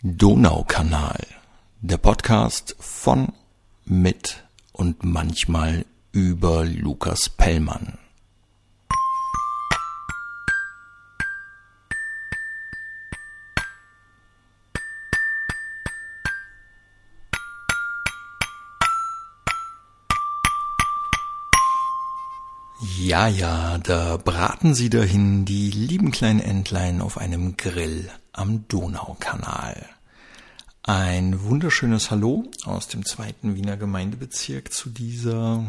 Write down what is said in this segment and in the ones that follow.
Donaukanal, der Podcast von, mit und manchmal über Lukas Pellmann. Ja, da braten sie dahin, die lieben kleinen Entlein auf einem Grill am Donaukanal. Ein wunderschönes Hallo aus dem 2. Wiener Gemeindebezirk zu dieser,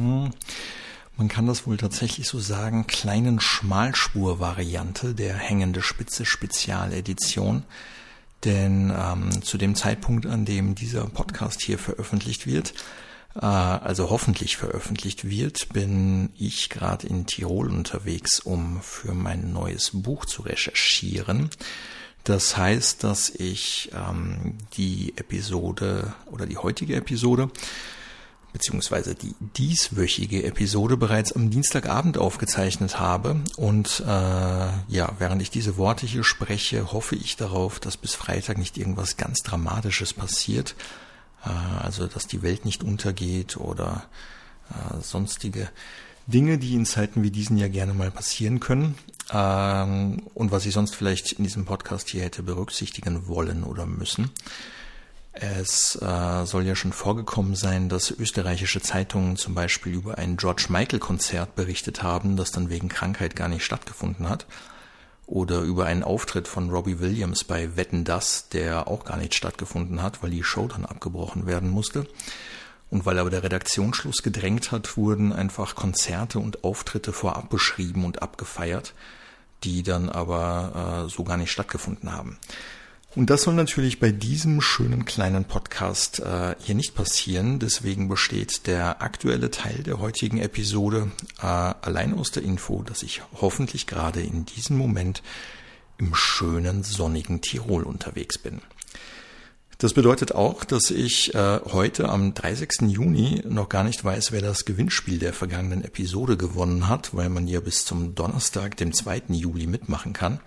man kann das wohl tatsächlich so sagen, kleinen Schmalspur-Variante der Hängende Spitze Spezialedition. Denn zu dem Zeitpunkt, an dem dieser Podcast hier veröffentlicht wird, also hoffentlich veröffentlicht wird, bin ich gerade in Tirol unterwegs, um für mein neues Buch zu recherchieren. Das heißt, dass ich die Episode oder die heutige Episode beziehungsweise die dieswöchige Episode bereits am Dienstagabend aufgezeichnet habe. Und während ich diese Worte hier spreche, hoffe ich darauf, dass bis Freitag nicht irgendwas ganz Dramatisches passiert. Also, dass die Welt nicht untergeht oder sonstige Dinge, die in Zeiten wie diesen ja gerne mal passieren können. Und was ich sonst vielleicht in diesem Podcast hier hätte berücksichtigen wollen oder müssen. Es soll ja schon vorgekommen sein, dass österreichische Zeitungen zum Beispiel über ein George Michael-Konzert berichtet haben, das dann wegen Krankheit gar nicht stattgefunden hat. Oder über einen Auftritt von Robbie Williams bei Wetten, dass, der auch gar nicht stattgefunden hat, weil die Show dann abgebrochen werden musste. Und weil aber der Redaktionsschluss gedrängt hat, wurden einfach Konzerte und Auftritte vorab beschrieben und abgefeiert, die dann aber so gar nicht stattgefunden haben. Und das soll natürlich bei diesem schönen kleinen Podcast hier nicht passieren. Deswegen besteht der aktuelle Teil der heutigen Episode allein aus der Info, dass ich hoffentlich gerade in diesem Moment im schönen, sonnigen Tirol unterwegs bin. Das bedeutet auch, dass ich heute am 30. Juni noch gar nicht weiß, wer das Gewinnspiel der vergangenen Episode gewonnen hat, weil man ja bis zum Donnerstag, dem 2. Juli mitmachen kann.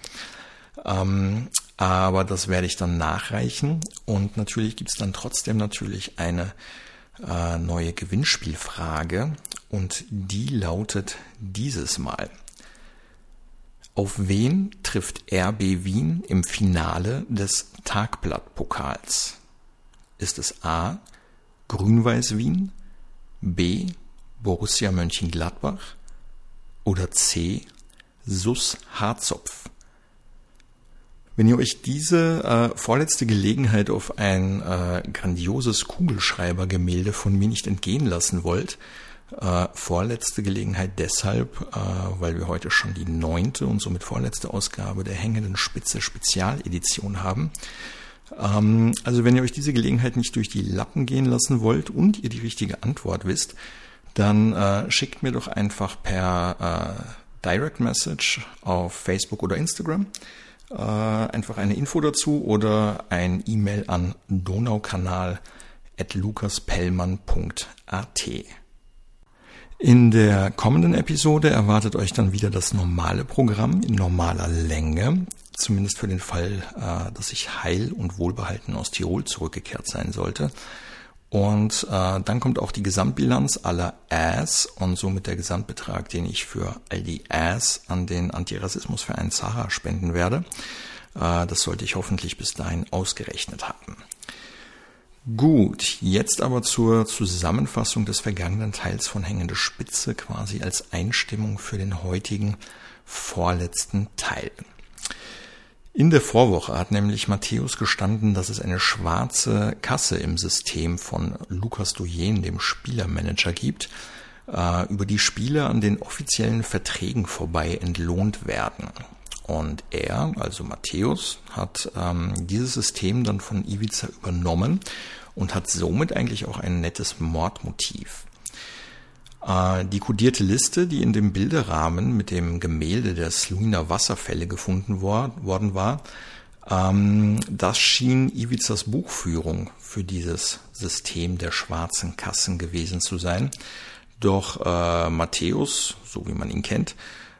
Aber das werde ich dann nachreichen und natürlich gibt es dann trotzdem eine neue Gewinnspielfrage und die lautet dieses Mal: Auf wen trifft RB Wien im Finale des Tagblatt-Pokals? Ist es A. Grün-Weiß Wien, B. Borussia Mönchengladbach oder C. SuS Harzopf? Wenn ihr euch diese vorletzte Gelegenheit auf ein grandioses Kugelschreibergemälde von mir nicht entgehen lassen wollt, vorletzte Gelegenheit deshalb, weil wir heute schon die 9. und somit vorletzte Ausgabe der Hängenden Spitze Spezialedition haben. Also wenn ihr euch diese Gelegenheit nicht durch die Lappen gehen lassen wollt und ihr die richtige Antwort wisst, dann schickt mir doch einfach per Direct Message auf Facebook oder Instagram einfach eine Info dazu oder ein E-Mail an donaukanal@lukaspellmann.at. In der kommenden Episode erwartet euch dann wieder das normale Programm in normaler Länge, zumindest für den Fall, dass ich heil und wohlbehalten aus Tirol zurückgekehrt sein sollte. Und dann kommt auch die Gesamtbilanz aller As und somit der Gesamtbetrag, den ich für all die As an den Antirassismusverein Zara spenden werde. Das sollte ich hoffentlich bis dahin ausgerechnet haben. Gut, jetzt aber zur Zusammenfassung des vergangenen Teils von Hängende Spitze, quasi als Einstimmung für den heutigen vorletzten Teil. In der Vorwoche hat nämlich Matthäus gestanden, dass es eine schwarze Kasse im System von Lukas Doyen, dem Spielermanager, gibt, über die Spieler an den offiziellen Verträgen vorbei entlohnt werden. Und er, also Matthäus, hat dieses System dann von Ivica übernommen und hat somit eigentlich auch ein nettes Mordmotiv. Die kodierte Liste, die in dem Bilderrahmen mit dem Gemälde der Sluiner Wasserfälle gefunden worden war, das schien Ivicas Buchführung für dieses System der schwarzen Kassen gewesen zu sein. Doch Matthäus, so wie man ihn kennt,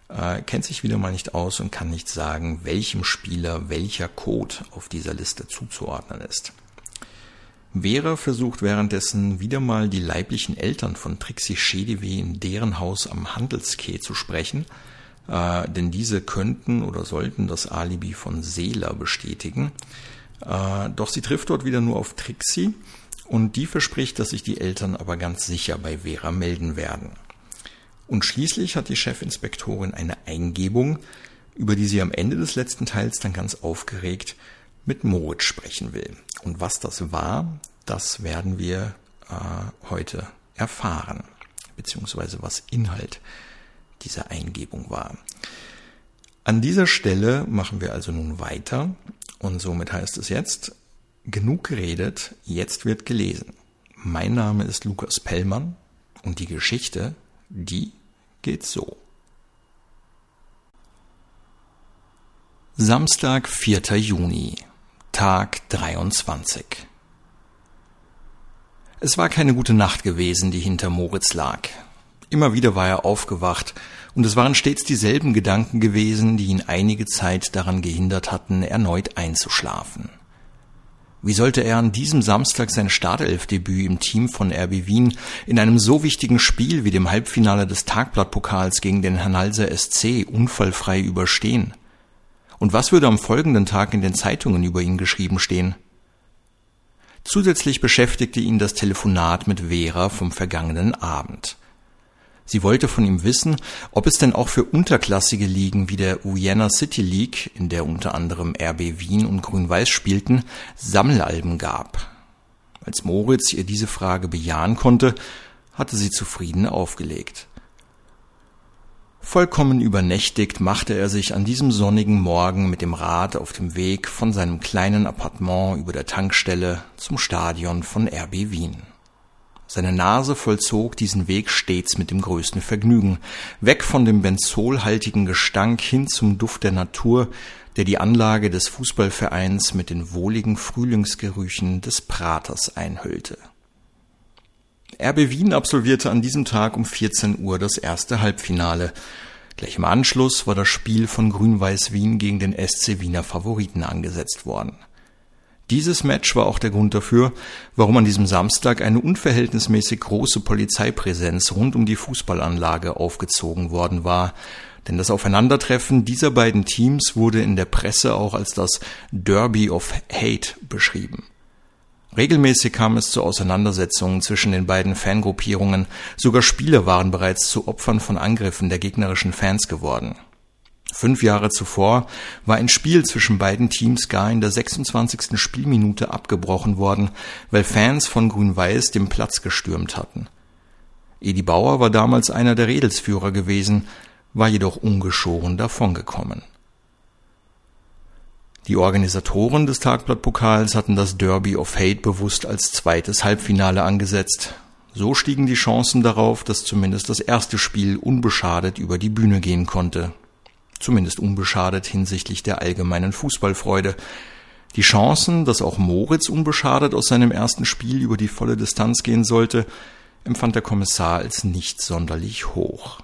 kennt sich wieder mal nicht aus und kann nicht sagen, welchem Spieler welcher Code auf dieser Liste zuzuordnen ist. Vera versucht währenddessen wieder mal die leiblichen Eltern von Trixie Chedevy in deren Haus am Handelsquai zu sprechen, denn diese könnten oder sollten das Alibi von Seeler bestätigen. Doch sie trifft dort wieder nur auf Trixie und die verspricht, dass sich die Eltern aber ganz sicher bei Vera melden werden. Und schließlich hat die Chefinspektorin eine Eingebung, über die sie am Ende des letzten Teils dann ganz aufgeregt mit Moritz sprechen will. Und was das war, das werden wir heute erfahren, beziehungsweise was Inhalt dieser Eingebung war. An dieser Stelle machen wir also nun weiter und somit heißt es jetzt, genug geredet, jetzt wird gelesen. Mein Name ist Lukas Pellmann und die Geschichte, die geht so. Samstag, 4. Juni, Tag 23. Es war keine gute Nacht gewesen, die hinter Moritz lag. Immer wieder war er aufgewacht, und es waren stets dieselben Gedanken gewesen, die ihn einige Zeit daran gehindert hatten, erneut einzuschlafen. Wie sollte er an diesem Samstag sein Startelfdebüt im Team von RB Wien in einem so wichtigen Spiel wie dem Halbfinale des Tagblatt-Pokals gegen den Hernalser SC unfallfrei überstehen? Und was würde am folgenden Tag in den Zeitungen über ihn geschrieben stehen? Zusätzlich beschäftigte ihn das Telefonat mit Vera vom vergangenen Abend. Sie wollte von ihm wissen, ob es denn auch für unterklassige Ligen wie der Vienna City League, in der unter anderem RB Wien und Grün-Weiß spielten, Sammelalben gab. Als Moritz ihr diese Frage bejahen konnte, hatte sie zufrieden aufgelegt. Vollkommen übernächtigt machte er sich an diesem sonnigen Morgen mit dem Rad auf dem Weg von seinem kleinen Appartement über der Tankstelle zum Stadion von RB Wien. Seine Nase vollzog diesen Weg stets mit dem größten Vergnügen, weg von dem benzolhaltigen Gestank hin zum Duft der Natur, der die Anlage des Fußballvereins mit den wohligen Frühlingsgerüchen des Praters einhüllte. RB Wien absolvierte an diesem Tag um 14 Uhr das erste Halbfinale. Gleich im Anschluss war das Spiel von Grün-Weiß Wien gegen den SC Wiener Favoriten angesetzt worden. Dieses Match war auch der Grund dafür, warum an diesem Samstag eine unverhältnismäßig große Polizeipräsenz rund um die Fußballanlage aufgezogen worden war, denn das Aufeinandertreffen dieser beiden Teams wurde in der Presse auch als das Derby of Hate beschrieben. Regelmäßig kam es zu Auseinandersetzungen zwischen den beiden Fangruppierungen, sogar Spieler waren bereits zu Opfern von Angriffen der gegnerischen Fans geworden. 5 Jahre zuvor war ein Spiel zwischen beiden Teams gar in der 26. Spielminute abgebrochen worden, weil Fans von Grün-Weiß den Platz gestürmt hatten. Edi Bauer war damals einer der Redelsführer gewesen, war jedoch ungeschoren davongekommen. Die Organisatoren des Tagblatt-Pokals hatten das Derby of Hate bewusst als zweites Halbfinale angesetzt. So stiegen die Chancen darauf, dass zumindest das erste Spiel unbeschadet über die Bühne gehen konnte. Zumindest unbeschadet hinsichtlich der allgemeinen Fußballfreude. Die Chancen, dass auch Moritz unbeschadet aus seinem ersten Spiel über die volle Distanz gehen sollte, empfand der Kommissar als nicht sonderlich hoch.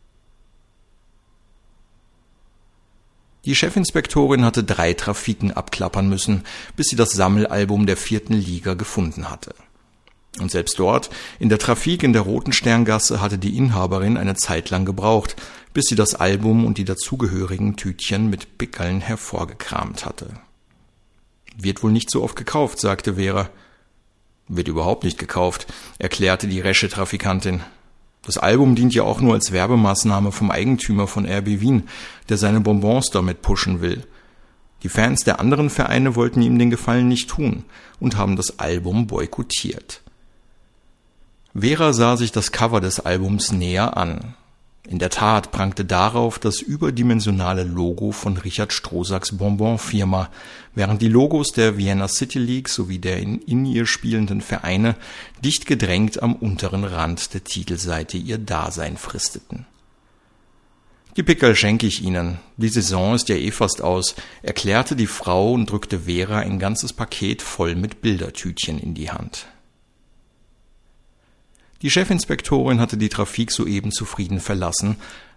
Die Chefinspektorin hatte 3 Trafiken abklappern müssen, bis sie das Sammelalbum der 4. Liga gefunden hatte. Und selbst dort, in der Trafik in der Roten Sterngasse, hatte die Inhaberin eine Zeit lang gebraucht, bis sie das Album und die dazugehörigen Tütchen mit Pickeln hervorgekramt hatte. Wird wohl nicht so oft gekauft, sagte Vera. Wird überhaupt nicht gekauft, erklärte die resche Trafikantin. Das Album dient ja auch nur als Werbemaßnahme vom Eigentümer von RB Wien, der seine Bonbons damit pushen will. Die Fans der anderen Vereine wollten ihm den Gefallen nicht tun und haben das Album boykottiert. Vera sah sich das Cover des Albums näher an. In der Tat prangte darauf das überdimensionale Logo von Richard Strohsacks Bonbon-Firma, während die Logos der Vienna City League sowie der in ihr spielenden Vereine dicht gedrängt am unteren Rand der Titelseite ihr Dasein fristeten. »Die Pickerl schenke ich Ihnen. Die Saison ist ja fast aus«, erklärte die Frau und drückte Vera ein ganzes Paket voll mit Bildertütchen in die Hand. Die Chefinspektorin hatte die Trafik soeben zufrieden verlassen,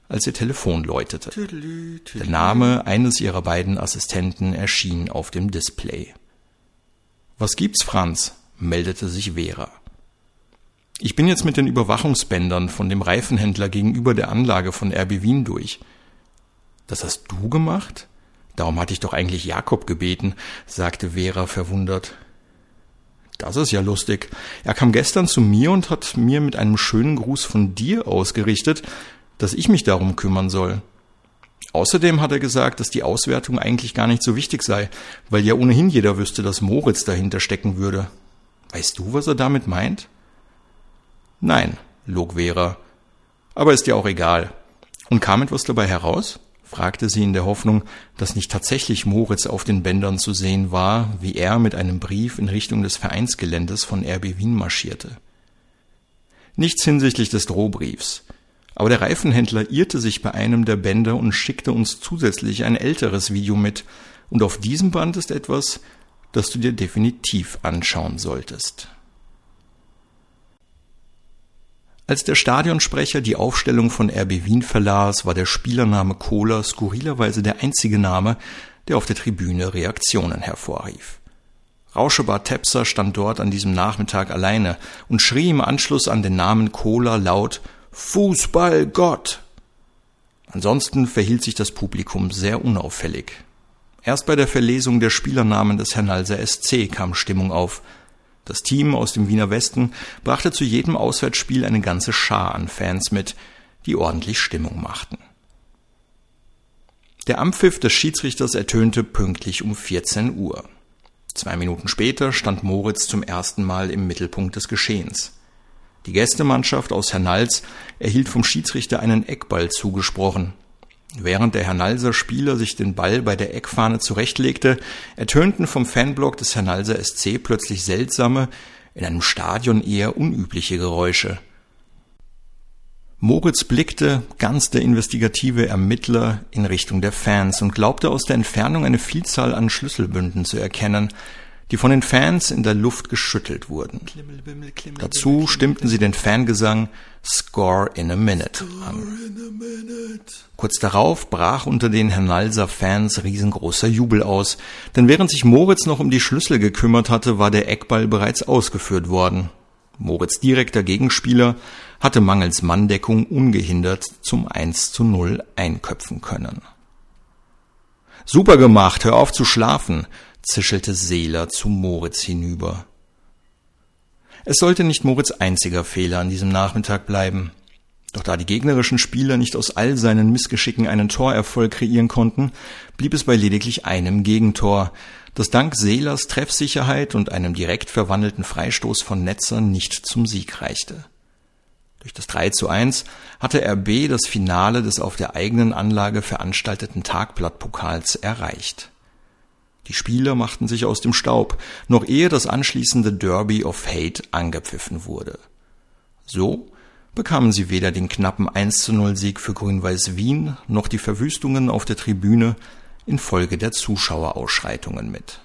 als ihr Telefon läutete. Der Name eines ihrer beiden Assistenten erschien auf dem Display. »Was gibt's, Franz?« meldete sich Vera. »Ich bin jetzt mit den Überwachungsbändern von dem Reifenhändler gegenüber der Anlage von RB Wien durch.« »Das hast du gemacht? Darum hatte ich doch eigentlich Jakob gebeten«, sagte Vera verwundert. »Das ist ja lustig. Er kam gestern zu mir und hat mir mit einem schönen Gruß von dir ausgerichtet, dass ich mich darum kümmern soll. Außerdem hat er gesagt, dass die Auswertung eigentlich gar nicht so wichtig sei, weil ja ohnehin jeder wüsste, dass Moritz dahinter stecken würde. Weißt du, was er damit meint?« »Nein«, log Vera. »Aber ist ja auch egal. Und kam etwas dabei heraus?« fragte sie in der Hoffnung, dass nicht tatsächlich Moritz auf den Bändern zu sehen war, wie er mit einem Brief in Richtung des Vereinsgeländes von RB Wien marschierte. Nichts hinsichtlich des Drohbriefs. Aber der Reifenhändler irrte sich bei einem der Bänder und schickte uns zusätzlich ein älteres Video mit. Und auf diesem Band ist etwas, das du dir definitiv anschauen solltest. Als der Stadionsprecher die Aufstellung von RB Wien verlas, war der Spielername Kohler skurrilerweise der einzige Name, der auf der Tribüne Reaktionen hervorrief. Rauschebart Tepser stand dort an diesem Nachmittag alleine und schrie im Anschluss an den Namen Kohler laut »Fußballgott!« Ansonsten verhielt sich das Publikum sehr unauffällig. Erst bei der Verlesung der Spielernamen des Hernalser SC kam Stimmung auf. Das Team aus dem Wiener Westen brachte zu jedem Auswärtsspiel eine ganze Schar an Fans mit, die ordentlich Stimmung machten. Der Anpfiff des Schiedsrichters ertönte pünktlich um 14 Uhr. 2 Minuten später stand Moritz zum ersten Mal im Mittelpunkt des Geschehens. Die Gästemannschaft aus Hernals erhielt vom Schiedsrichter einen Eckball zugesprochen. Während der Hernalser Spieler sich den Ball bei der Eckfahne zurechtlegte, ertönten vom Fanblock des Hernalser SC plötzlich seltsame, in einem Stadion eher unübliche Geräusche. Moritz blickte, ganz der investigative Ermittler, in Richtung der Fans und glaubte aus der Entfernung eine Vielzahl an Schlüsselbünden zu erkennen, die von den Fans in der Luft geschüttelt wurden. Dazu stimmten sie den Fangesang »Score in a Minute« an. Kurz darauf brach unter den Hernalser Fans riesengroßer Jubel aus, denn während sich Moritz noch um die Schlüssel gekümmert hatte, war der Eckball bereits ausgeführt worden. Moritz' direkter Gegenspieler hatte mangels Manndeckung ungehindert zum 1:0 einköpfen können. »Super gemacht, hör auf zu schlafen«, zischelte Seeler zu Moritz hinüber. Es sollte nicht Moritz' einziger Fehler an diesem Nachmittag bleiben. Doch da die gegnerischen Spieler nicht aus all seinen Missgeschicken einen Torerfolg kreieren konnten, blieb es bei lediglich einem Gegentor, das dank Seelers Treffsicherheit und einem direkt verwandelten Freistoß von Netzer nicht zum Sieg reichte. Durch das 3:1 hatte RB das Finale des auf der eigenen Anlage veranstalteten Tagblatt-Pokals erreicht. Die Spieler machten sich aus dem Staub, noch ehe das anschließende Derby of Hate angepfiffen wurde. So bekamen sie weder den knappen 1:0-Sieg für Grün-Weiß Wien noch die Verwüstungen auf der Tribüne infolge der Zuschauerausschreitungen mit.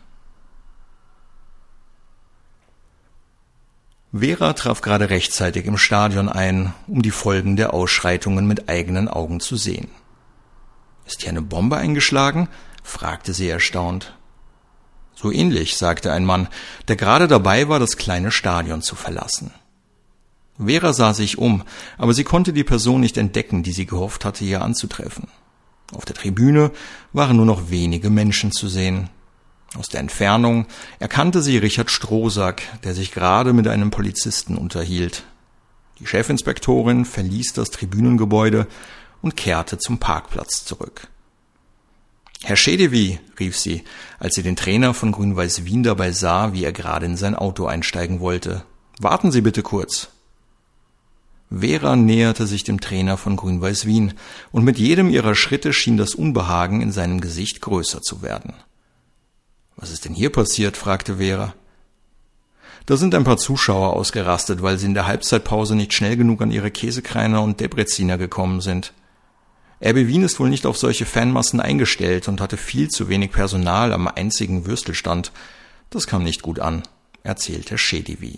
Vera traf gerade rechtzeitig im Stadion ein, um die Folgen der Ausschreitungen mit eigenen Augen zu sehen. »Ist hier eine Bombe eingeschlagen?« fragte sie erstaunt. »So ähnlich«, sagte ein Mann, der gerade dabei war, das kleine Stadion zu verlassen. Vera sah sich um, aber sie konnte die Person nicht entdecken, die sie gehofft hatte, hier anzutreffen. Auf der Tribüne waren nur noch wenige Menschen zu sehen. Aus der Entfernung erkannte sie Richard Strohsack, der sich gerade mit einem Polizisten unterhielt. Die Chefinspektorin verließ das Tribünengebäude und kehrte zum Parkplatz zurück. »Herr Schedewy«, rief sie, als sie den Trainer von Grün-Weiß Wien dabei sah, wie er gerade in sein Auto einsteigen wollte. »Warten Sie bitte kurz.« Vera näherte sich dem Trainer von Grün-Weiß Wien, und mit jedem ihrer Schritte schien das Unbehagen in seinem Gesicht größer zu werden. »Was ist denn hier passiert?« fragte Vera. »Da sind ein paar Zuschauer ausgerastet, weil sie in der Halbzeitpause nicht schnell genug an ihre Käsekreiner und Debreziner gekommen sind. RB Wien ist wohl nicht auf solche Fanmassen eingestellt und hatte viel zu wenig Personal am einzigen Würstelstand. Das kam nicht gut an«, erzählte Schedewy.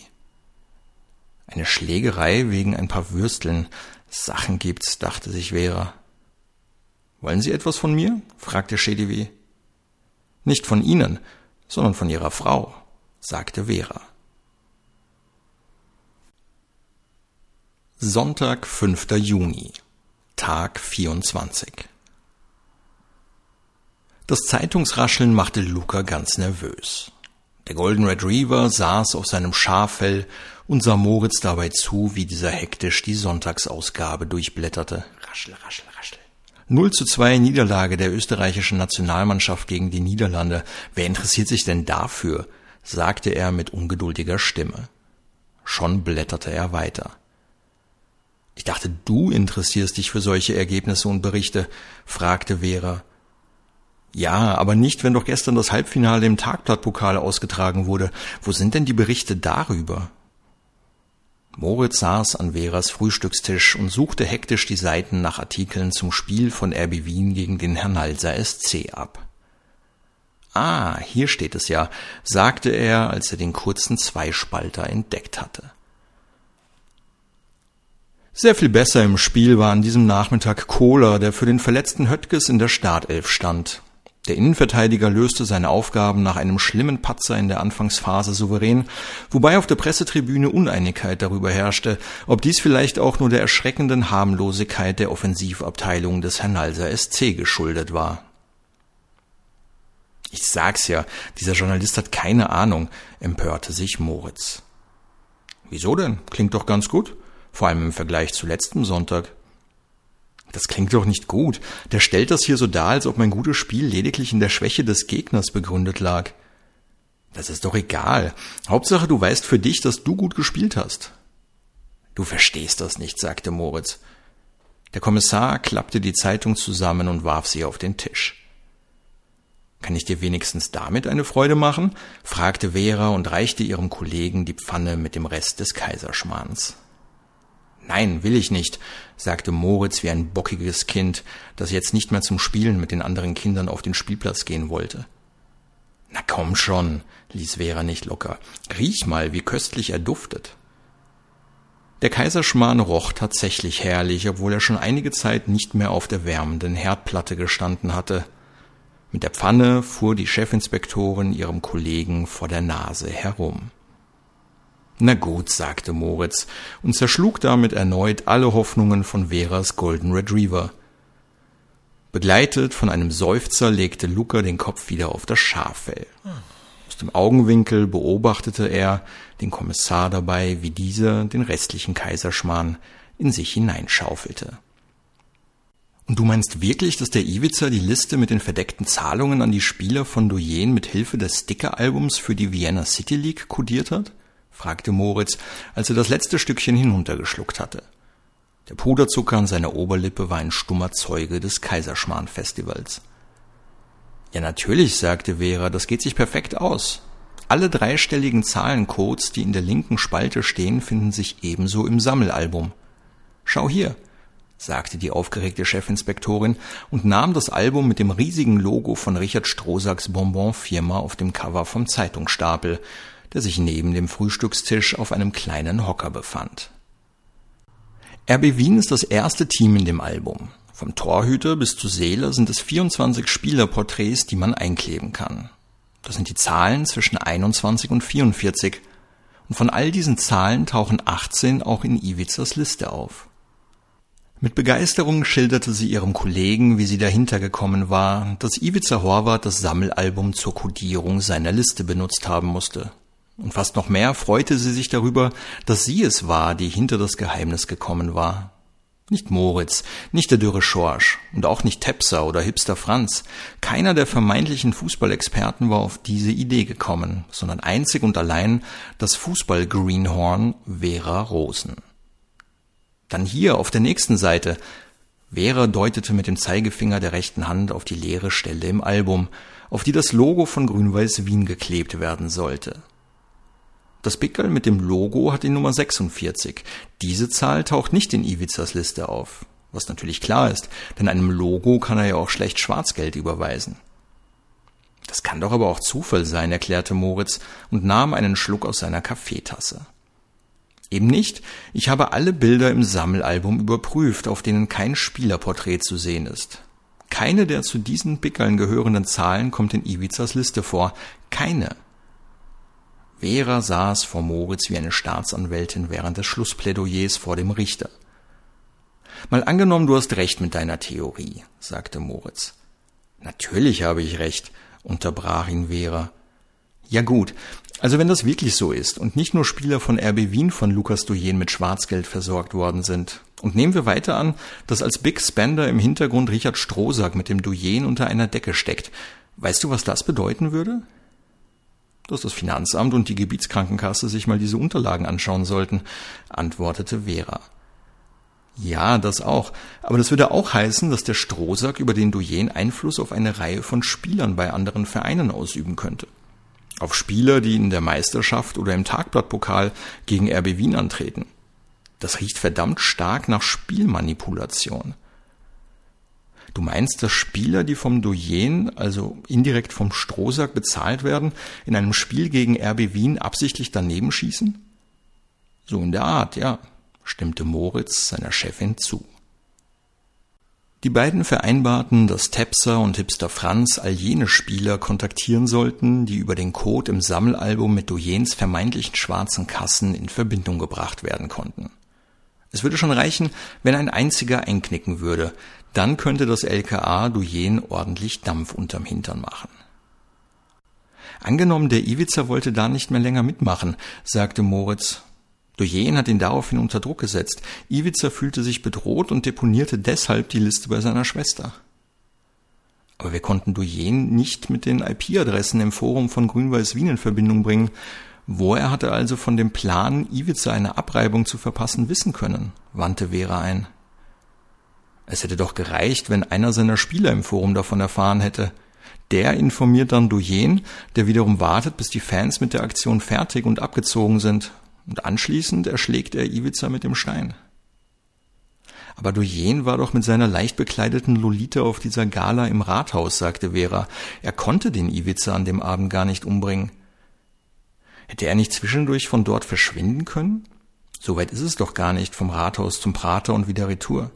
»Eine Schlägerei wegen ein paar Würsteln. Sachen gibt's«, dachte sich Vera. Wollen Sie etwas von mir? Fragte Chedivi. Nicht von Ihnen, sondern von Ihrer Frau, sagte Vera. Sonntag, 5. Juni, Tag 24. Das Zeitungsrascheln machte Luca ganz nervös. Der Golden Retriever saß auf seinem Schaffell und sah Moritz dabei zu, wie dieser hektisch die Sonntagsausgabe durchblätterte. Raschel, raschel, raschel. 0:2 Niederlage der österreichischen Nationalmannschaft gegen die Niederlande. Wer interessiert sich denn dafür? Sagte er mit ungeduldiger Stimme. Schon blätterte er weiter. Ich dachte, du interessierst dich für solche Ergebnisse und Berichte, fragte Vera. Ja, aber nicht, wenn doch gestern das Halbfinale im Tagblattpokal ausgetragen wurde. Wo sind denn die Berichte darüber? Moritz saß an Veras Frühstückstisch und suchte hektisch die Seiten nach Artikeln zum Spiel von RB Wien gegen den Hernalser SC ab. Ah, hier steht es ja, sagte er, als er den kurzen Zweispalter entdeckt hatte. Sehr viel besser im Spiel war an diesem Nachmittag Kohler, der für den verletzten Höttges in der Startelf stand. Der Innenverteidiger löste seine Aufgaben nach einem schlimmen Patzer in der Anfangsphase souverän, wobei auf der Pressetribüne Uneinigkeit darüber herrschte, ob dies vielleicht auch nur der erschreckenden Harmlosigkeit der Offensivabteilung des Hernalser SC geschuldet war. Ich sag's ja, dieser Journalist hat keine Ahnung, empörte sich Moritz. Wieso denn? Klingt doch ganz gut. Vor allem im Vergleich zu letztem Sonntag. Das klingt doch nicht gut. Der stellt das hier so dar, als ob mein gutes Spiel lediglich in der Schwäche des Gegners begründet lag. Das ist doch egal. Hauptsache, du weißt für dich, dass du gut gespielt hast. Du verstehst das nicht, sagte Moritz. Der Kommissar klappte die Zeitung zusammen und warf sie auf den Tisch. Kann ich dir wenigstens damit eine Freude machen? Fragte Vera und reichte ihrem Kollegen die Pfanne mit dem Rest des Kaiserschmarrns. Nein, will ich nicht, sagte Moritz wie ein bockiges Kind, das jetzt nicht mehr zum Spielen mit den anderen Kindern auf den Spielplatz gehen wollte. Na komm schon, ließ Vera nicht locker. Riech mal, wie köstlich er duftet. Der Kaiserschmarrn roch tatsächlich herrlich, obwohl er schon einige Zeit nicht mehr auf der wärmenden Herdplatte gestanden hatte. Mit der Pfanne fuhr die Chefinspektorin ihrem Kollegen vor der Nase herum. Na gut, sagte Moritz und zerschlug damit erneut alle Hoffnungen von Veras Golden Retriever. Begleitet von einem Seufzer legte Luca den Kopf wieder auf das Schaffell. Aus dem Augenwinkel beobachtete er den Kommissar dabei, wie dieser den restlichen Kaiserschmarrn in sich hineinschaufelte. Und du meinst wirklich, dass der Iwiza die Liste mit den verdeckten Zahlungen an die Spieler von Doyen mit Hilfe des Sticker-Albums für die Vienna City League kodiert hat? Fragte Moritz, als er das letzte Stückchen hinuntergeschluckt hatte. Der Puderzucker an seiner Oberlippe war ein stummer Zeuge des Kaiserschmarrn-Festivals. Ja, natürlich, sagte Vera, das geht sich perfekt aus. Alle dreistelligen Zahlencodes, die in der linken Spalte stehen, finden sich ebenso im Sammelalbum. Schau hier, sagte die aufgeregte Chefinspektorin und nahm das Album mit dem riesigen Logo von Richard Strohsacks Bonbon-Firma auf dem Cover vom Zeitungsstapel, der sich neben dem Frühstückstisch auf einem kleinen Hocker befand. RB Wien ist das erste Team in dem Album. Vom Torhüter bis zu Seele sind es 24 Spielerporträts, die man einkleben kann. Das sind die Zahlen zwischen 21 und 44. Und von all diesen Zahlen tauchen 18 auch in Iwizas Liste auf. Mit Begeisterung schilderte sie ihrem Kollegen, wie sie dahinter gekommen war, dass Iwiza Horvath das Sammelalbum zur Kodierung seiner Liste benutzt haben musste. Und fast noch mehr freute sie sich darüber, dass sie es war, die hinter das Geheimnis gekommen war. Nicht Moritz, nicht der dürre Schorsch und auch nicht Tepser oder Hipster Franz. Keiner der vermeintlichen Fußballexperten war auf diese Idee gekommen, sondern einzig und allein das Fußball-Greenhorn Vera Rosen. Dann hier auf der nächsten Seite. Vera deutete mit dem Zeigefinger der rechten Hand auf die leere Stelle im Album, auf die das Logo von Grün-Weiß Wien geklebt werden sollte. Das Pickerl mit dem Logo hat die Nummer 46. Diese Zahl taucht nicht in Iwizas Liste auf. Was natürlich klar ist, denn einem Logo kann er ja auch schlecht Schwarzgeld überweisen. Das kann doch aber auch Zufall sein, erklärte Moritz und nahm einen Schluck aus seiner Kaffeetasse. Eben nicht. Ich habe alle Bilder im Sammelalbum überprüft, auf denen kein Spielerporträt zu sehen ist. Keine der zu diesen Pickeln gehörenden Zahlen kommt in Ivizas Liste vor. Keine. Vera saß vor Moritz wie eine Staatsanwältin während des Schlussplädoyers vor dem Richter. Mal angenommen, du hast recht mit deiner Theorie, sagte Moritz. Natürlich habe ich recht, unterbrach ihn Vera. Ja gut, also wenn das wirklich so ist und nicht nur Spieler von RB Wien von Lukas Doyen mit Schwarzgeld versorgt worden sind, und nehmen wir weiter an, dass als Big Spender im Hintergrund Richard Strohsack mit dem Doyen unter einer Decke steckt, weißt du, was das bedeuten würde? Dass das Finanzamt und die Gebietskrankenkasse sich mal diese Unterlagen anschauen sollten, antwortete Vera. Ja, das auch. Aber das würde auch heißen, dass der Strohsack über den Doyen Einfluss auf eine Reihe von Spielern bei anderen Vereinen ausüben könnte. Auf Spieler, die in der Meisterschaft oder im Tagblattpokal gegen RB Wien antreten. Das riecht verdammt stark nach Spielmanipulation. Du meinst, dass Spieler, die vom Doyen, also indirekt vom Strohsack bezahlt werden, in einem Spiel gegen RB Wien absichtlich daneben schießen? So in der Art, ja, stimmte Moritz seiner Chefin zu. Die beiden vereinbarten, dass Tepser und Hipster Franz all jene Spieler kontaktieren sollten, die über den Code im Sammelalbum mit Doyens vermeintlichen schwarzen Kassen in Verbindung gebracht werden konnten. Es würde schon reichen, wenn ein einziger einknicken würde, dann könnte das LKA Doyen ordentlich Dampf unterm Hintern machen. Angenommen, der Ivica wollte da nicht mehr länger mitmachen, sagte Moritz. Doyen hat ihn daraufhin unter Druck gesetzt. Ivica fühlte sich bedroht und deponierte deshalb die Liste bei seiner Schwester. Aber wir konnten Doyen nicht mit den IP-Adressen im Forum von Grün-Weiß Wien in Verbindung bringen. Woher hatte also von dem Plan, Ivica eine Abreibung zu verpassen, wissen können, wandte Vera ein. Es hätte doch gereicht, wenn einer seiner Spieler im Forum davon erfahren hätte. Der informiert dann Doyen, der wiederum wartet, bis die Fans mit der Aktion fertig und abgezogen sind. Und anschließend erschlägt er Ivica mit dem Stein. Aber Doyen war doch mit seiner leicht bekleideten Lolita auf dieser Gala im Rathaus, sagte Vera. Er konnte den Ivica an dem Abend gar nicht umbringen. Hätte er nicht zwischendurch von dort verschwinden können? So weit ist es doch gar nicht, vom Rathaus zum Prater und wieder retour.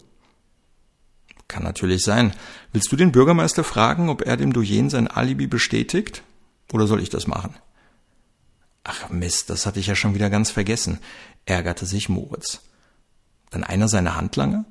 Kann natürlich sein. Willst du den Bürgermeister fragen, ob er dem Doyen sein Alibi bestätigt? Oder soll ich das machen? Ach Mist, das hatte ich ja schon wieder ganz vergessen, ärgerte sich Moritz. Dann einer seiner Handlanger?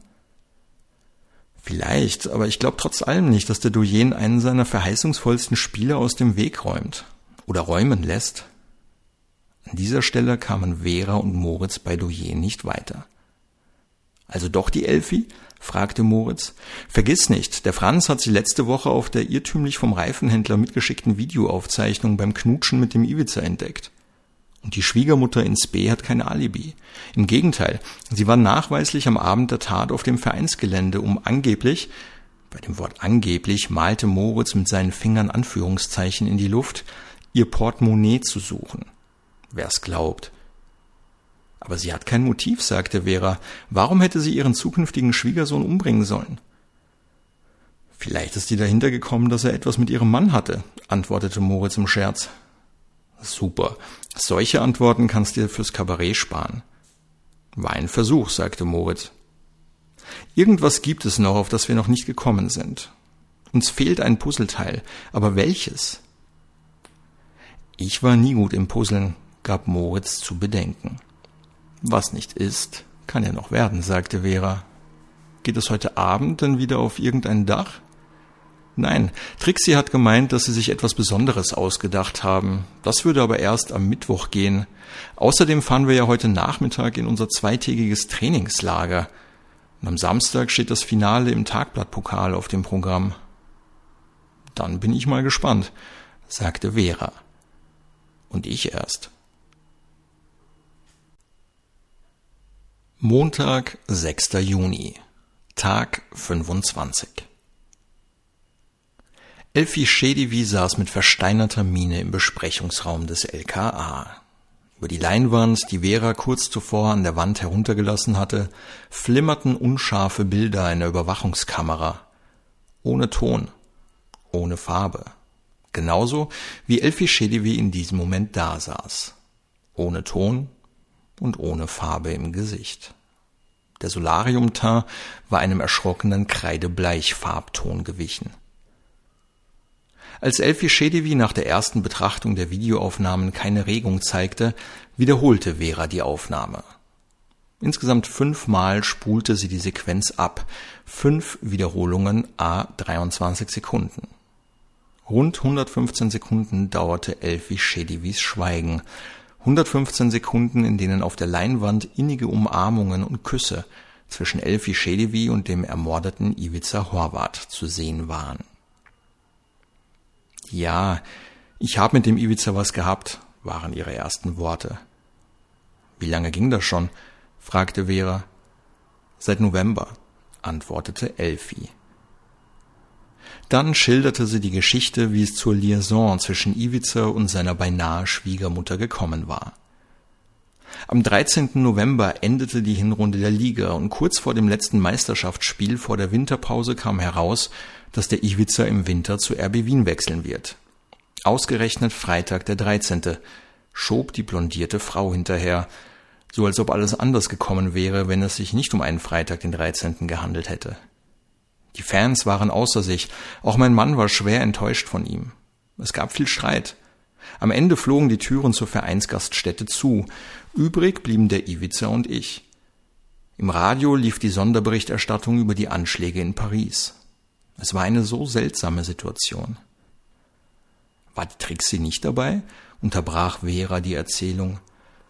Vielleicht, aber ich glaube trotz allem nicht, dass der Doyen einen seiner verheißungsvollsten Spieler aus dem Weg räumt. Oder räumen lässt. An dieser Stelle kamen Vera und Moritz bei Doyen nicht weiter. Also doch die Elfi? Fragte Moritz. Vergiss nicht, der Franz hat sie letzte Woche auf der irrtümlich vom Reifenhändler mitgeschickten Videoaufzeichnung beim Knutschen mit dem Ivica entdeckt. Und die Schwiegermutter ins B hat kein Alibi. Im Gegenteil, sie war nachweislich am Abend der Tat auf dem Vereinsgelände, um angeblich, bei dem Wort angeblich malte Moritz mit seinen Fingern Anführungszeichen in die Luft, ihr Portemonnaie zu suchen. Wer's glaubt. Aber sie hat kein Motiv, sagte Vera. Warum hätte sie ihren zukünftigen Schwiegersohn umbringen sollen? Vielleicht ist sie dahinter gekommen, dass er etwas mit ihrem Mann hatte, antwortete Moritz im Scherz. Super. Solche Antworten kannst du dir fürs Kabarett sparen. War ein Versuch, sagte Moritz. Irgendwas gibt es noch, auf das wir noch nicht gekommen sind. Uns fehlt ein Puzzleteil, aber welches? Ich war nie gut im Puzzeln, gab Moritz zu bedenken. Was nicht ist, kann ja noch werden, sagte Vera. Geht es heute Abend dann wieder auf irgendein Dach? Nein, Trixie hat gemeint, dass sie sich etwas Besonderes ausgedacht haben. Das würde aber erst am Mittwoch gehen. Außerdem fahren wir ja heute Nachmittag in unser 2-tägiges Trainingslager. Und am Samstag steht das Finale im Tagblattpokal auf dem Programm. Dann bin ich mal gespannt, sagte Vera. Und ich erst. Montag, 6. Juni, Tag 25. Elfi Schedivi saß mit versteinerter Miene im Besprechungsraum des LKA. Über die Leinwand, die Vera kurz zuvor an der Wand heruntergelassen hatte, flimmerten unscharfe Bilder einer Überwachungskamera. Ohne Ton, ohne Farbe. Genauso wie Elfi Schedivi in diesem Moment dasaß. Ohne Ton und ohne Farbe im Gesicht. Der Solariumteint war einem erschrockenen Kreidebleich-Farbton gewichen. Als Elfi Šedivi nach der ersten Betrachtung der Videoaufnahmen keine Regung zeigte, wiederholte Vera die Aufnahme. Insgesamt 5 Mal spulte sie die Sequenz ab, 5 Wiederholungen à 23 Sekunden. Rund 115 Sekunden dauerte Elfi Šedivis Schweigen, 115 Sekunden, in denen auf der Leinwand innige Umarmungen und Küsse zwischen Elfi Šedivi und dem ermordeten Ivica Horvat zu sehen waren. »Ja, ich habe mit dem Ivica was gehabt«, waren ihre ersten Worte. »Wie lange ging das schon?« fragte Vera. »Seit November«, antwortete Elfi. Dann schilderte sie die Geschichte, wie es zur Liaison zwischen Ivica und seiner beinahe Schwiegermutter gekommen war. Am 13. November endete die Hinrunde der Liga und kurz vor dem letzten Meisterschaftsspiel vor der Winterpause kam heraus, dass der Ivica im Winter zu RB Wien wechseln wird. Ausgerechnet Freitag der 13. schob die blondierte Frau hinterher, so als ob alles anders gekommen wäre, wenn es sich nicht um einen Freitag den 13. gehandelt hätte. Die Fans waren außer sich, auch mein Mann war schwer enttäuscht von ihm. Es gab viel Streit. Am Ende flogen die Türen zur Vereinsgaststätte zu, übrig blieben der Ivica und ich. Im Radio lief die Sonderberichterstattung über die Anschläge in Paris. Es war eine so seltsame Situation. War die Trixie nicht dabei? Unterbrach Vera die Erzählung.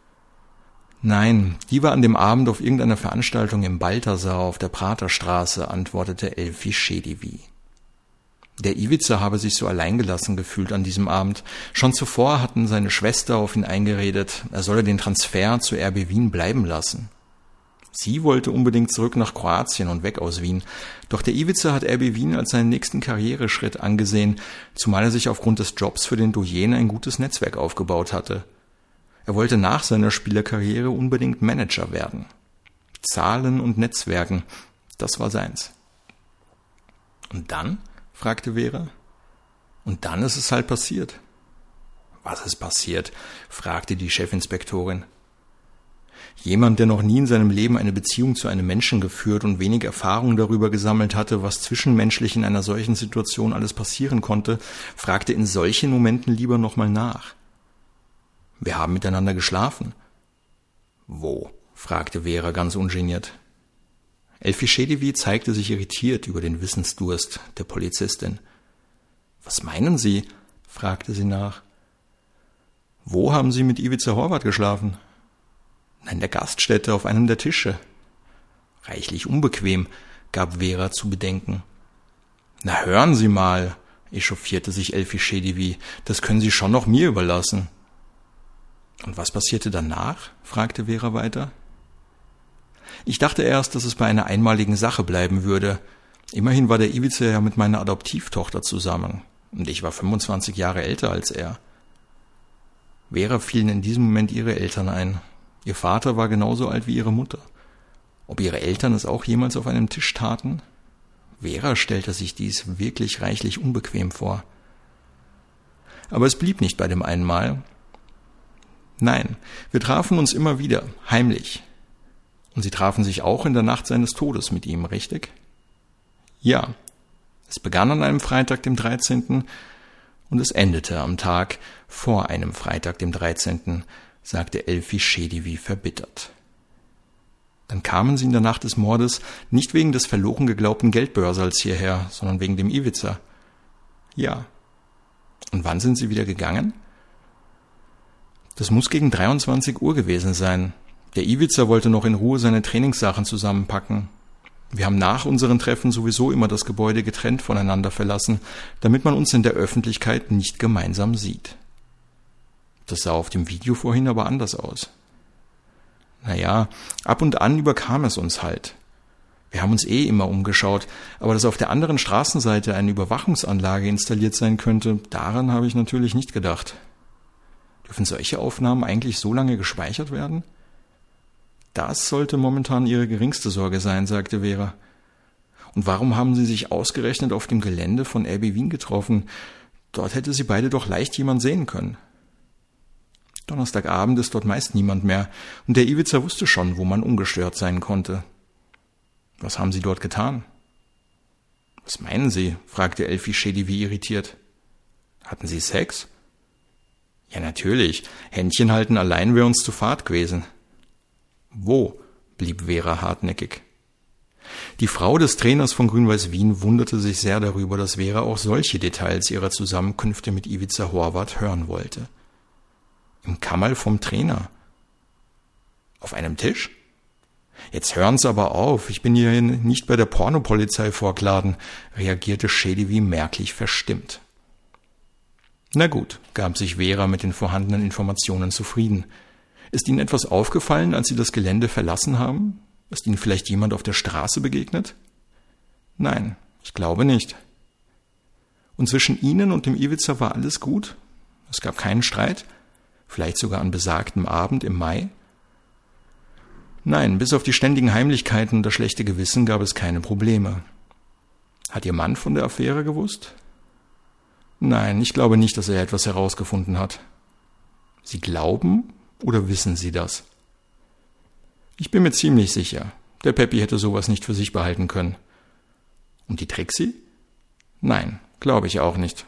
Nein, die war an dem Abend auf irgendeiner Veranstaltung im Balthasar auf der Praterstraße, antwortete Elfi Šedivi. Der Ivica habe sich so alleingelassen gefühlt an diesem Abend. Schon zuvor hatten seine Schwester auf ihn eingeredet, er solle den Transfer zu RB Wien bleiben lassen. Sie wollte unbedingt zurück nach Kroatien und weg aus Wien, doch der Ivica hat RB Wien als seinen nächsten Karriereschritt angesehen, zumal er sich aufgrund des Jobs für den Doyen ein gutes Netzwerk aufgebaut hatte. Er wollte nach seiner Spielerkarriere unbedingt Manager werden. Zahlen und Netzwerken, das war seins. Und dann? Fragte Vera. Und dann ist es halt passiert. Was ist passiert? Fragte die Chefinspektorin. Jemand, der noch nie in seinem Leben eine Beziehung zu einem Menschen geführt und wenig Erfahrung darüber gesammelt hatte, was zwischenmenschlich in einer solchen Situation alles passieren konnte, fragte in solchen Momenten lieber nochmal nach. Wir haben miteinander geschlafen. Wo? Fragte Vera ganz ungeniert. Elfi Šedivi zeigte sich irritiert über den Wissensdurst der Polizistin. Was meinen Sie? Fragte sie nach. Wo haben Sie mit Ivica Horvat geschlafen? In der Gaststätte auf einem der Tische. Reichlich unbequem, gab Vera zu bedenken. Na hören Sie mal, echauffierte sich Elfi Šedivi, das können Sie schon noch mir überlassen. Und was passierte danach? Fragte Vera weiter. Ich dachte erst, dass es bei einer einmaligen Sache bleiben würde. Immerhin war der Ivica ja mit meiner Adoptivtochter zusammen. Und ich war 25 Jahre älter als er. Vera fielen in diesem Moment ihre Eltern ein. Ihr Vater war genauso alt wie ihre Mutter. Ob ihre Eltern es auch jemals auf einem Tisch taten? Vera stellte sich dies wirklich reichlich unbequem vor. Aber es blieb nicht bei dem einen Mal. Nein, wir trafen uns immer wieder, heimlich. Und Sie trafen sich auch in der Nacht seines Todes mit ihm, richtig? Ja. Es begann an einem Freitag, dem 13. und es endete am Tag vor einem Freitag, dem 13., sagte Elfi Šedivi verbittert. Dann kamen Sie in der Nacht des Mordes nicht wegen des verloren geglaubten Geldbörsals hierher, sondern wegen dem Ivica. Ja. Und wann sind Sie wieder gegangen? Das muss gegen 23 Uhr gewesen sein. Der Ivica wollte noch in Ruhe seine Trainingssachen zusammenpacken. Wir haben nach unseren Treffen sowieso immer das Gebäude getrennt voneinander verlassen, damit man uns in der Öffentlichkeit nicht gemeinsam sieht. Das sah auf dem Video vorhin aber anders aus. Naja, ab und an überkam es uns halt. Wir haben uns immer umgeschaut, aber dass auf der anderen Straßenseite eine Überwachungsanlage installiert sein könnte, daran habe ich natürlich nicht gedacht. Dürfen solche Aufnahmen eigentlich so lange gespeichert werden? Das sollte momentan Ihre geringste Sorge sein, sagte Vera. Und warum haben Sie sich ausgerechnet auf dem Gelände von RB Wien getroffen? Dort hätte Sie beide doch leicht jemand sehen können. Donnerstagabend ist dort meist niemand mehr, und der Ivica wusste schon, wo man ungestört sein konnte. Was haben Sie dort getan? Was meinen Sie? Fragte Elfi Chedivi irritiert. Hatten Sie Sex? Ja, natürlich. Händchen halten allein wäre uns zu fad gewesen. Wo? Blieb Vera hartnäckig. Die Frau des Trainers von Grün-Weiß Wien wunderte sich sehr darüber, dass Vera auch solche Details ihrer Zusammenkünfte mit Ivica Horvath hören wollte. Im Kammerl vom Trainer. Auf einem Tisch? Jetzt hören's aber auf, ich bin hier nicht bei der Pornopolizei vorgeladen, reagierte Chedivi merklich verstimmt. Na gut, gab sich Vera mit den vorhandenen Informationen zufrieden. Ist Ihnen etwas aufgefallen, als Sie das Gelände verlassen haben? Ist Ihnen vielleicht jemand auf der Straße begegnet? Nein, ich glaube nicht. Und zwischen Ihnen und dem Ivica war alles gut? Es gab keinen Streit? Vielleicht sogar an besagtem Abend im Mai? Nein, bis auf die ständigen Heimlichkeiten und das schlechte Gewissen gab es keine Probleme. Hat Ihr Mann von der Affäre gewusst? Nein, ich glaube nicht, dass er etwas herausgefunden hat. Sie glauben oder wissen Sie das? Ich bin mir ziemlich sicher. Der Peppi hätte sowas nicht für sich behalten können. Und die Trixie? Nein, glaube ich auch nicht.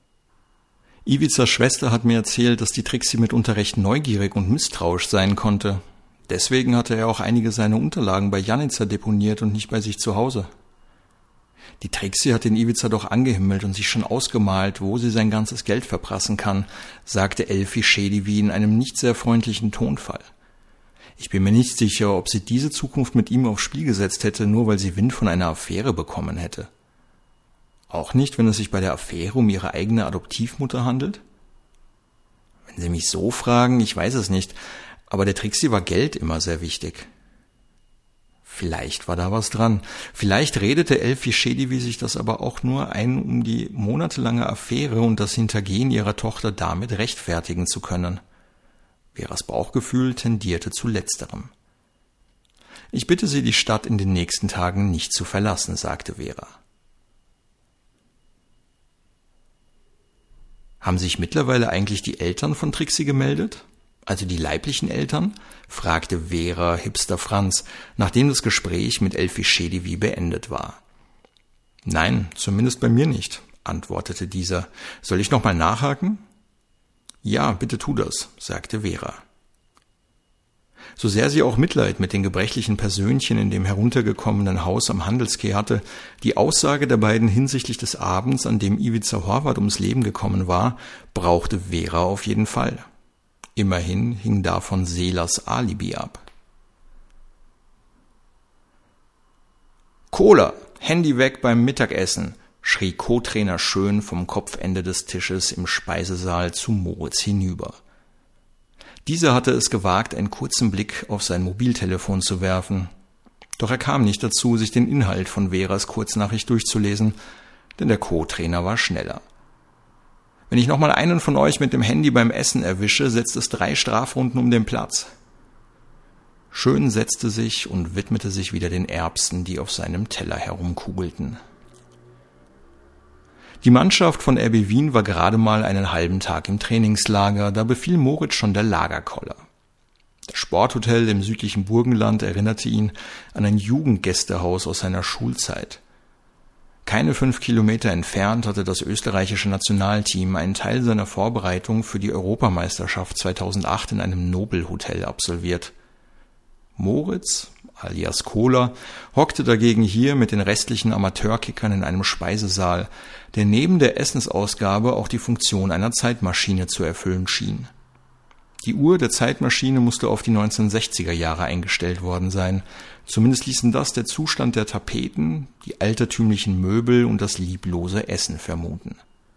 Ivicas Schwester hat mir erzählt, dass die Trixie mitunter recht neugierig und misstrauisch sein konnte. Deswegen hatte er auch einige seiner Unterlagen bei Janica deponiert und nicht bei sich zu Hause. Die Trixie hat den Ivica doch angehimmelt und sich schon ausgemalt, wo sie sein ganzes Geld verprassen kann, sagte Elfi Chedivi in einem nicht sehr freundlichen Tonfall. Ich bin mir nicht sicher, ob sie diese Zukunft mit ihm aufs Spiel gesetzt hätte, nur weil sie Wind von einer Affäre bekommen hätte. Auch nicht, wenn es sich bei der Affäre um ihre eigene Adoptivmutter handelt? Wenn Sie mich so fragen, ich weiß es nicht, aber der Trixie war Geld immer sehr wichtig. Vielleicht war da was dran. Vielleicht redete Elfi Chedivi sich das aber auch nur ein, um die monatelange Affäre und das Hintergehen ihrer Tochter damit rechtfertigen zu können. Veras Bauchgefühl tendierte zu letzterem. Ich bitte Sie, die Stadt in den nächsten Tagen nicht zu verlassen, sagte Vera. Haben sich mittlerweile eigentlich die Eltern von Trixie gemeldet? Also die leiblichen Eltern? Fragte Vera Hipster Franz, nachdem das Gespräch mit Elfi Chedivi beendet war. Nein, zumindest bei mir nicht, antwortete dieser. Soll ich nochmal nachhaken? Ja, bitte tu das, sagte Vera. So sehr sie auch Mitleid mit den gebrechlichen Persönchen in dem heruntergekommenen Haus am Handelskeh hatte, die Aussage der beiden hinsichtlich des Abends, an dem Ivica Horvath ums Leben gekommen war, brauchte Vera auf jeden Fall. Immerhin hing davon Selas Alibi ab. Cola, Handy weg beim Mittagessen, schrie Co-Trainer Schön vom Kopfende des Tisches im Speisesaal zu Moritz hinüber. Dieser hatte es gewagt, einen kurzen Blick auf sein Mobiltelefon zu werfen. Doch er kam nicht dazu, sich den Inhalt von Veras Kurznachricht durchzulesen, denn der Co-Trainer war schneller. Wenn ich nochmal einen von euch mit dem Handy beim Essen erwische, setzt es 3 Strafrunden um den Platz. Schön setzte sich und widmete sich wieder den Erbsen, die auf seinem Teller herumkugelten. Die Mannschaft von RB Wien war gerade mal einen halben Tag im Trainingslager, da befiel Moritz schon der Lagerkoller. Das Sporthotel im südlichen Burgenland erinnerte ihn an ein Jugendgästehaus aus seiner Schulzeit. Keine 5 Kilometer entfernt hatte das österreichische Nationalteam einen Teil seiner Vorbereitung für die Europameisterschaft 2008 in einem Nobelhotel absolviert. Moritz, alias Cola, hockte dagegen hier mit den restlichen Amateurkickern in einem Speisesaal, der neben der Essensausgabe auch die Funktion einer Zeitmaschine zu erfüllen schien. Die Uhr der Zeitmaschine musste auf die 1960er Jahre eingestellt worden sein. Zumindest ließen das der Zustand der Tapeten, die altertümlichen Möbel und das lieblose Essen vermuten.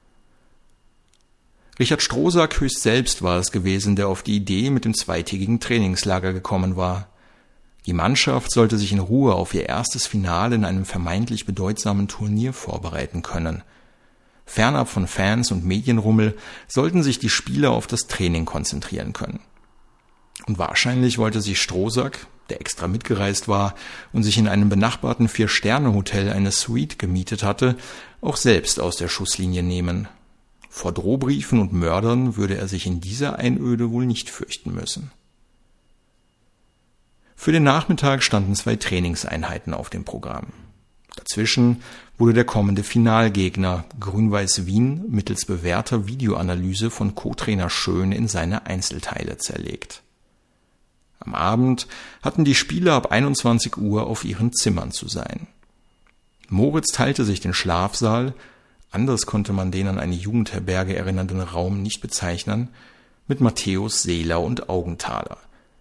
Richard Strohsack höchst selbst war es gewesen, der auf die Idee mit dem zweitägigen Trainingslager gekommen war. Die Mannschaft sollte sich in Ruhe auf ihr erstes Finale in einem vermeintlich bedeutsamen Turnier vorbereiten können. Fernab von Fans und Medienrummel sollten sich die Spieler auf das Training konzentrieren können. Und wahrscheinlich wollte sich Strohsack, der extra mitgereist war und sich in einem benachbarten 4-Sterne-Hotel eine Suite gemietet hatte, auch selbst aus der Schusslinie nehmen. Vor Drohbriefen und Mördern würde er sich in dieser Einöde wohl nicht fürchten müssen. Für den Nachmittag standen 2 Trainingseinheiten auf dem Programm. Dazwischen wurde der kommende Finalgegner Grün-Weiß Wien mittels bewährter Videoanalyse von Co-Trainer Schön in seine Einzelteile zerlegt. Am Abend hatten die Spieler ab 21 Uhr auf ihren Zimmern zu sein. Moritz teilte sich den Schlafsaal, anders konnte man den an eine Jugendherberge erinnernden Raum nicht bezeichnen, mit Matthäus, Seeler und Augenthaler.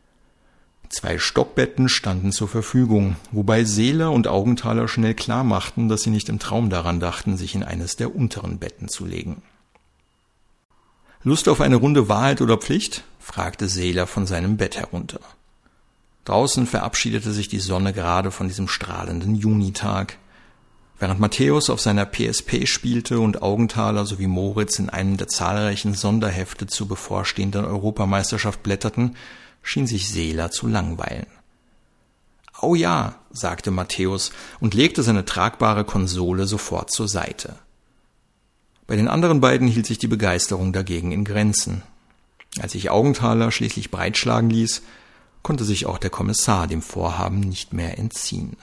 2 Stockbetten standen zur Verfügung, wobei Seeler und Augenthaler schnell klar machten, dass sie nicht im Traum daran dachten, sich in eines der unteren Betten zu legen. »Lust auf eine Runde Wahrheit oder Pflicht?« fragte Seeler von seinem Bett herunter. Draußen verabschiedete sich die Sonne gerade von diesem strahlenden Junitag. Während Matthäus auf seiner PSP spielte und Augenthaler sowie Moritz in einem der zahlreichen Sonderhefte zur bevorstehenden Europameisterschaft blätterten, schien sich Seeler zu langweilen. »Au ja«, sagte Matthäus und legte seine tragbare Konsole sofort zur Seite. Bei den anderen beiden hielt sich die Begeisterung dagegen in Grenzen. Als sich Augenthaler schließlich breitschlagen ließ, konnte sich auch der Kommissar dem Vorhaben nicht mehr entziehen.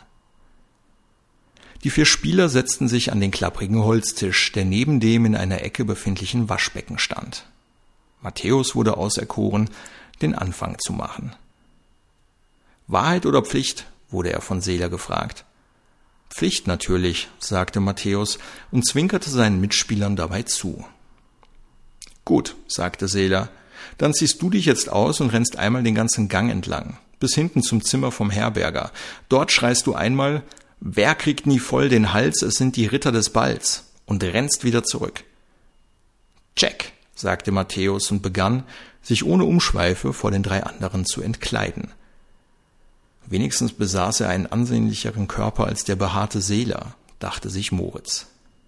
Die 4 Spieler setzten sich an den klapprigen Holztisch, der neben dem in einer Ecke befindlichen Waschbecken stand. Matthäus wurde auserkoren, den Anfang zu machen. »Wahrheit oder Pflicht?« wurde er von Seeler gefragt. »Pflicht natürlich«, sagte Matthäus und zwinkerte seinen Mitspielern dabei zu. »Gut«, sagte Seeler, »dann ziehst du dich jetzt aus und rennst einmal den ganzen Gang entlang, bis hinten zum Zimmer vom Herberger. Dort schreist du einmal, »Wer kriegt nie voll den Hals, es sind die Ritter des Balls«, und rennst wieder zurück.« »Check«, sagte Matthäus und begann, sich ohne Umschweife vor den 3 anderen zu entkleiden. Wenigstens besaß er einen ansehnlicheren Körper als der behaarte Seeler, dachte sich Moritz.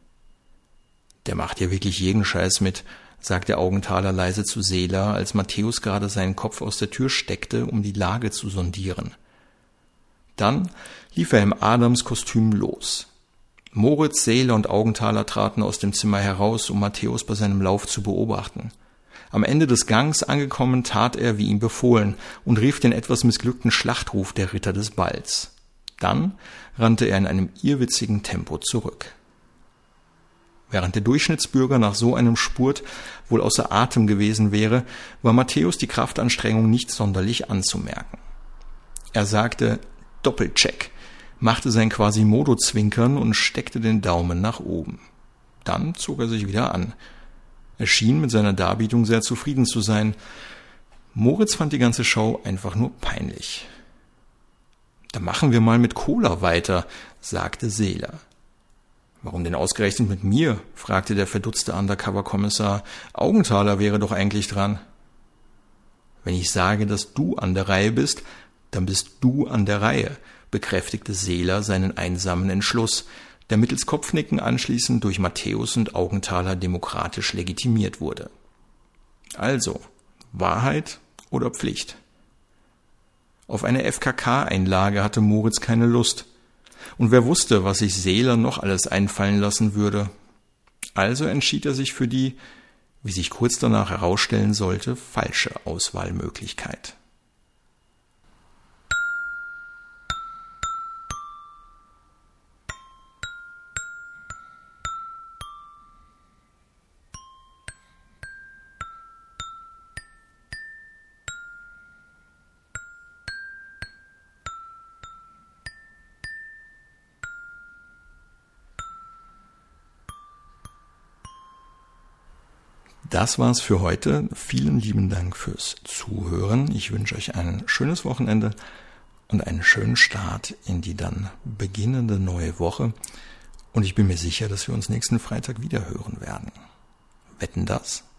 »Der macht ja wirklich jeden Scheiß mit«, sagte Augenthaler leise zu Seeler, als Matthäus gerade seinen Kopf aus der Tür steckte, um die Lage zu sondieren. Dann lief er im Adamskostüm los. Moritz, Seeler und Augenthaler traten aus dem Zimmer heraus, um Matthäus bei seinem Lauf zu beobachten. Am Ende des Gangs angekommen, tat er, wie ihm befohlen, und rief den etwas missglückten Schlachtruf der Ritter des Balls. Dann rannte er in einem irrwitzigen Tempo zurück. Während der Durchschnittsbürger nach so einem Spurt wohl außer Atem gewesen wäre, war Matthäus die Kraftanstrengung nicht sonderlich anzumerken. Er sagte »Doppelcheck«, machte sein Quasimodo-Zwinkern und steckte den Daumen nach oben. Dann zog er sich wieder an. Er schien mit seiner Darbietung sehr zufrieden zu sein. Moritz fand die ganze Show einfach nur peinlich. »Da machen wir mal mit Cola weiter«, sagte Seeler. »Warum denn ausgerechnet mit mir?« fragte der verdutzte Undercover-Kommissar. »Augenthaler wäre doch eigentlich dran.« »Wenn ich sage, dass du an der Reihe bist, dann bist du an der Reihe«, bekräftigte Seeler seinen einsamen Entschluss, der mittels Kopfnicken anschließend durch Matthäus und Augenthaler demokratisch legitimiert wurde. Also, Wahrheit oder Pflicht? Auf eine FKK-Einlage hatte Moritz keine Lust. Und wer wusste, was sich Seeler noch alles einfallen lassen würde. Also entschied er sich für die, wie sich kurz danach herausstellen sollte, falsche Auswahlmöglichkeit. Das war's für heute. Vielen lieben Dank fürs Zuhören. Ich wünsche euch ein schönes Wochenende und einen schönen Start in die dann beginnende neue Woche. Und ich bin mir sicher, dass wir uns nächsten Freitag wieder hören werden. Wetten das?